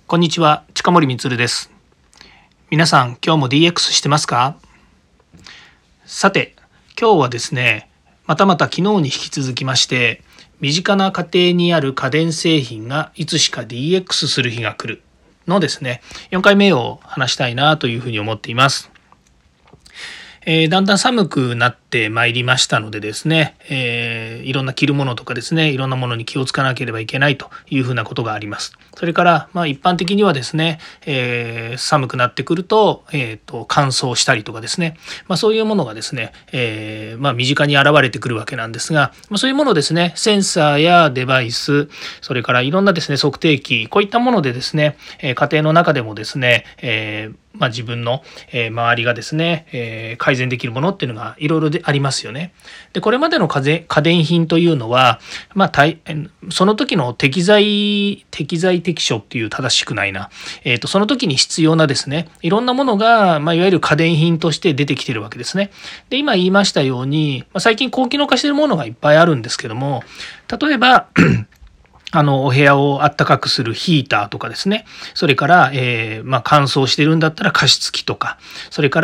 こんにちは、近森光です。皆さん、今日も DX してますか？さて、今日はですね、また昨日に引き続きまして、身近な家庭にある家電製品がいつしか DX する日が来るのですね、4回目を話したいなというふうに思っています。だんだん寒くなってまいりましたのでですね、いろんな着るものとかですね、いろんなものに気をつかなければいけないというふうなことがあります。それから一般的にはですね、寒くなってくると、乾燥したりとかですね、そういうものがですね、身近に現れてくるわけなんですが、そういうものですね、センサーやデバイス、それからいろんなですね、測定器、こういったものでですね、家庭の中でもですね、自分の周りがですね、改善できるものっていうのがいろいろありますよね。で、これまでの家電品というのは、その時の適材適所っていう正しくないな、その時に必要なですね、いろんなものが、いわゆる家電品として出てきてるわけですね。で、今言いましたように、最近高機能化しているものがいっぱいあるんですけども、例えばお部屋をあったかくするヒーターとかですね、それから、乾燥してるんだったら加湿器とか、それから、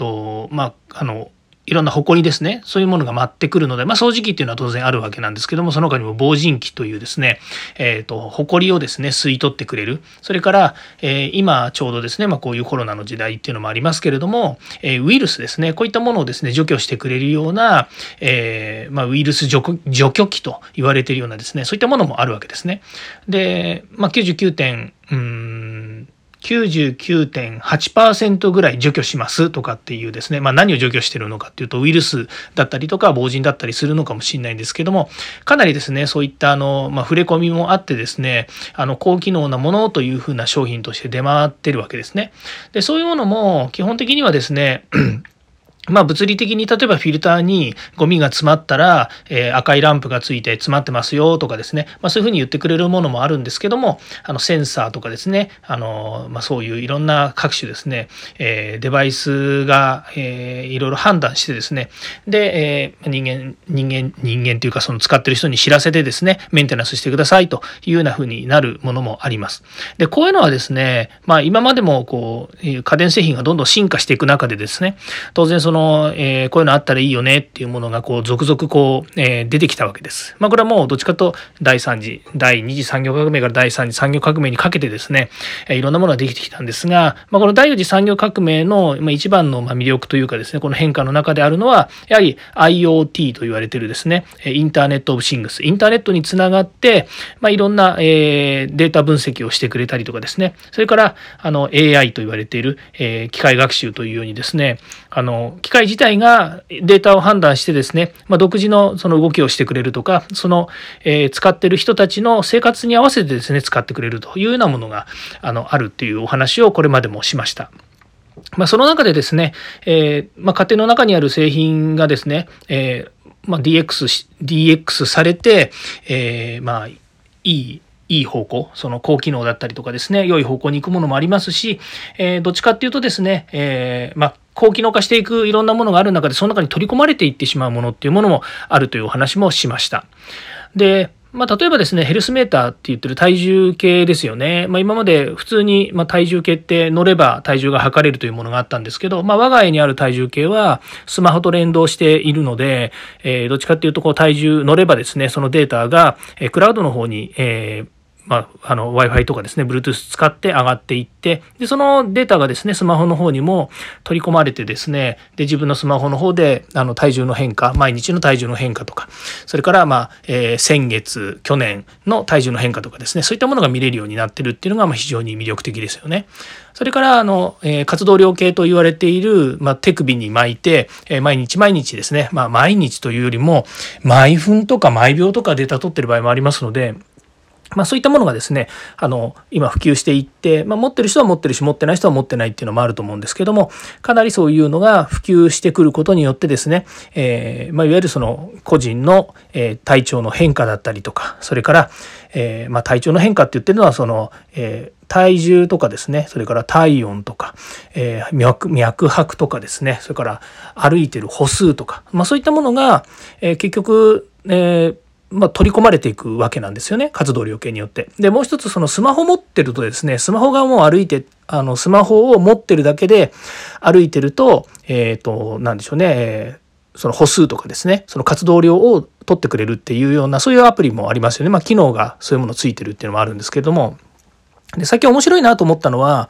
いろんなホコリですね、そういうものが舞ってくるので、掃除機っていうのは当然あるわけなんですけども、その他にも防塵機というですね、ホコリをですね吸い取ってくれる、それから、今ちょうどですね、こういうコロナの時代っていうのもありますけれども、ウイルスですね、こういったものをですね除去してくれるような、ウイルス除去機と言われているようなですね、そういったものもあるわけですね。で、99.8% ぐらい除去しますとかっていうですね、何を除去してるのかっていうと、ウイルスだったりとか防塵だったりするのかもしれないんですけども、かなりですねそういった触れ込みもあってですね、高機能なものというふうな商品として出回ってるわけですね。で、そういうものも基本的にはですね物理的に例えばフィルターにゴミが詰まったら、赤いランプがついて詰まってますよとかですね、そういうふうに言ってくれるものもあるんですけども、センサーとかですね、そういういろんな各種ですね、デバイスが、いろいろ判断してですね、で、人間というかその使ってる人に知らせてですね、メンテナンスしてくださいというようなふうになるものもあります。で、こういうのはですね、今までもこう家電製品がどんどん進化していく中でですね、当然こういうのあったらいいよねっていうものが続々出てきたわけです。これはもうどっちかと第2次産業革命から第3次産業革命にかけてですね、いろんなものができてきたんですが、この第4次産業革命の一番の魅力というかですね、この変化の中であるのはやはり IoT と言われているですね、インターネットオブシングス、インターネットにつながっていろんなデータ分析をしてくれたりとかですね、それからAI と言われている機械学習というようにですね、機械自体がデータを判断してですね、独自のその動きをしてくれるとか、使っている人たちの生活に合わせてですね使ってくれるというようなものがあるっていうお話をこれまでもしました。その中でですね、家庭の中にある製品がですね、DX されて、いい方向、その高機能だったりとかですね、良い方向に行くものもありますし、どっちかっていうとですね、高機能化していくいろんなものがある中で、その中に取り込まれていってしまうものっていうものもあるというお話もしました。で、例えばですね、ヘルスメーターって言ってる体重計ですよね。今まで普通に体重計って乗れば体重が測れるというものがあったんですけど、我が家にある体重計はスマホと連動しているので、どっちかっていうと体重乗ればですね、そのデータがクラウドの方に、Wi-Fi とかですね、Bluetooth 使って上がっていって、で、そのデータがですね、スマホの方にも取り込まれてですね、で、自分のスマホの方で、体重の変化、毎日の体重の変化とか、それから、先月、去年の体重の変化とかですね、そういったものが見れるようになってるっていうのが、非常に魅力的ですよね。それから、活動量計と言われている、手首に巻いて、毎日ですね、毎日というよりも、毎分とか毎秒とかデータ取ってる場合もありますので、そういったものがですね、今普及していって、持ってる人は持ってるし、持ってない人は持ってないっていうのもあると思うんですけども、かなりそういうのが普及してくることによってですね、いわゆるその個人の体調の変化だったりとか、それから、体調の変化って言ってるのはその、体重とかですね、それから体温とか、脈拍とかですね、それから歩いてる歩数とか、そういったものが、結局、 取り込まれていくわけなんですよね、活動量計によって。でもう一つ、そのスマホ持ってるとですね、スマホがもう歩いてスマホを持ってるだけで歩いてると何でしょうね、その歩数とかですね、その活動量を取ってくれるっていうようなそういうアプリもありますよね。機能がそういうものついてるっていうのもあるんですけれども、で最近面白いなと思ったのは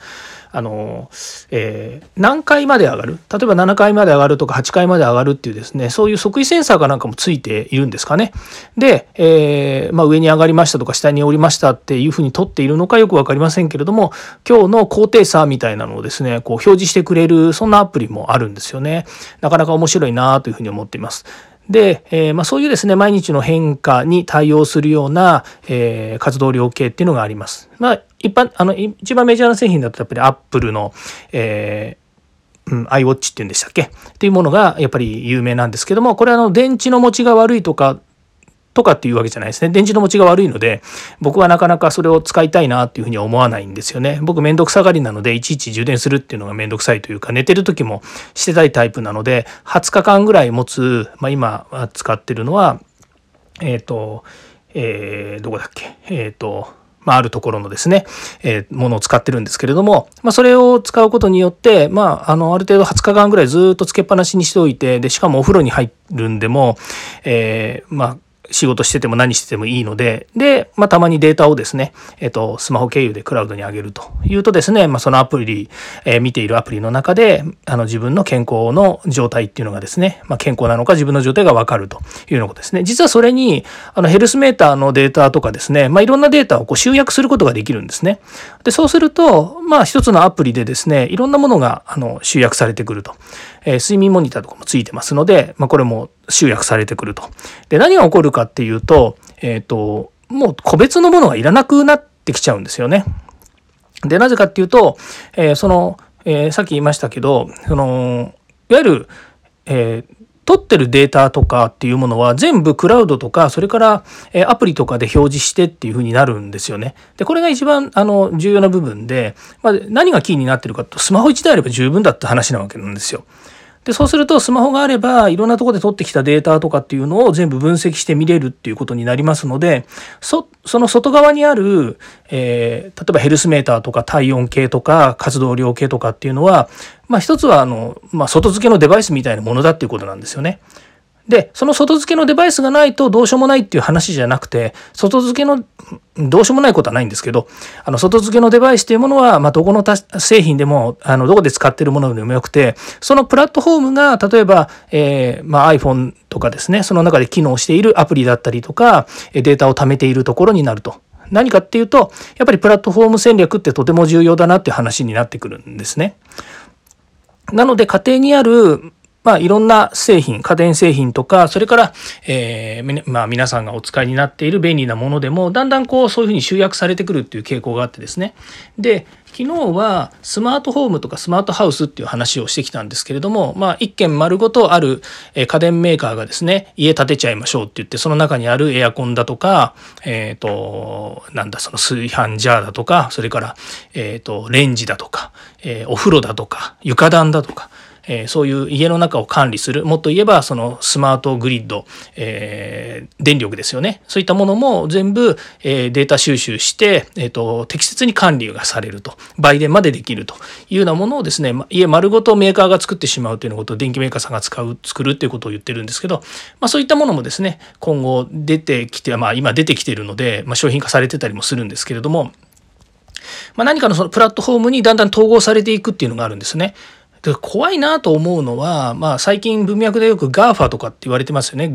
何回まで上がる、例えば7回まで上がるとか8回まで上がるっていうですね、そういう測位センサーかなんかもついているんですかね。で、上に上がりましたとか下に降りましたっていうふうに取っているのかよく分かりませんけれども、今日の高低差みたいなのをですね表示してくれる、そんなアプリもあるんですよね。なかなか面白いなというふうに思っています。で、そういうですね毎日の変化に対応するような、活動量計っていうのがあります。一番メジャーな製品だとやっぱりアップルの、iWatch っていうんでしたっけっていうものがやっぱり有名なんですけども、これは電池の持ちが悪いとかっていうわけじゃないですね。電池の持ちが悪いので、僕はなかなかそれを使いたいなっていうふうには思わないんですよね。僕めんどくさがりなので、いちいち充電するっていうのがめんどくさいというか、寝てる時もしてたいタイプなので、20日間ぐらい持つ、今使ってるのはどこだっけ、あるところのですね、ものを使ってるんですけれども、それを使うことによって、ある程度20日間ぐらいずっとつけっぱなしにしておいて、でしかもお風呂に入るんでも、仕事してても何しててもいいので、たまにデータをですね、スマホ経由でクラウドに上げるというとですね、そのアプリ、見ているアプリの中で自分の健康の状態っていうのがですね、健康なのか自分の状態が分かるというようなことですね。実はそれにヘルスメーターのデータとかですね、いろんなデータを集約することができるんですね。でそうすると一つのアプリでですね、いろんなものが集約されてくると。睡眠モニターとかもついてますので、これも集約されてくると。で何が起こるかっていうと、もう個別のものがいらなくなってきちゃうんですよね。でなぜかっていうと、さっき言いましたけど、いわゆる、取ってるデータとかっていうものは全部クラウドとか、それからアプリとかで表示してっていう風になるんですよね。でこれが一番重要な部分で、何がキーになってるかと、スマホ1台あれば十分だって話なわけなんですよ。でそうするとスマホがあればいろんなところで取ってきたデータとかっていうのを全部分析して見れるっていうことになりますので、その外側にある、例えばヘルスメーターとか体温計とか活動量計とかっていうのは、一つは外付けのデバイスみたいなものだっていうことなんですよね。でその外付けのデバイスがないとどうしようもないっていう話じゃなくて、外付けのどうしようもないことはないんですけど、外付けのデバイスというものは、どこの製品でもどこで使っているものでもよくて、そのプラットフォームが例えば、iPhone とかですね、その中で機能しているアプリだったりとかデータを貯めているところになると。何かっていうと、やっぱりプラットフォーム戦略ってとても重要だなっていう話になってくるんですね。なので家庭にあるいろんな製品、家電製品とか、それから、皆さんがお使いになっている便利なものでも、だんだんそういうふうに集約されてくるっていう傾向があってですね。で、昨日はスマートホームとかスマートハウスっていう話をしてきたんですけれども、一軒丸ごとある家電メーカーがですね、家建てちゃいましょうって言って、その中にあるエアコンだとか、その炊飯ジャーだとか、それから、レンジだとか、お風呂だとか、床暖だとか、そういう家の中を管理する、もっと言えばそのスマートグリッド、電力ですよね、そういったものも全部、データ収集して、適切に管理がされると、売電までできるというようなものをですね、家丸ごとメーカーが作ってしまうというようなことを電気メーカーさんが作るということを言ってるんですけど、そういったものもですね今後出てきて、今出てきているので、商品化されてたりもするんですけれども、何かのそのプラットフォームにだんだん統合されていくっていうのがあるんですね。で怖いなと思うのは、最近文脈でよく GAFA とかって言われてますよね。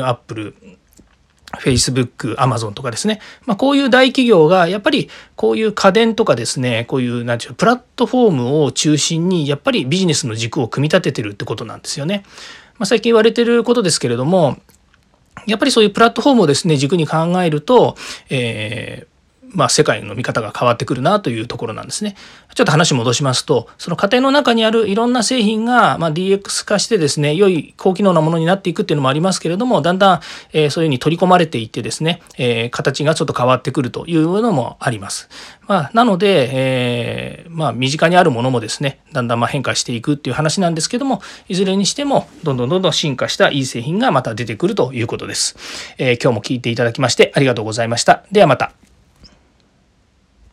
Google、Apple、Facebook、Amazon とかですね。こういう大企業がやっぱりこういう家電とかですね、こういうプラットフォームを中心にやっぱりビジネスの軸を組み立ててるってことなんですよね。最近言われてることですけれども、やっぱりそういうプラットフォームをですね軸に考えると、 世界の見方が変わってくるなというところなんですね。ちょっと話戻しますと、その家庭の中にあるいろんな製品がDX 化してですね、良い高機能なものになっていくっていうのもありますけれども、だんだんそういうふうに取り込まれていってですね、形がちょっと変わってくるというのもあります。なので、身近にあるものもですね、だんだん変化していくっていう話なんですけども、いずれにしてもどんどん進化したいい製品がまた出てくるということです。今日も聞いていただきましてありがとうございました。ではまた。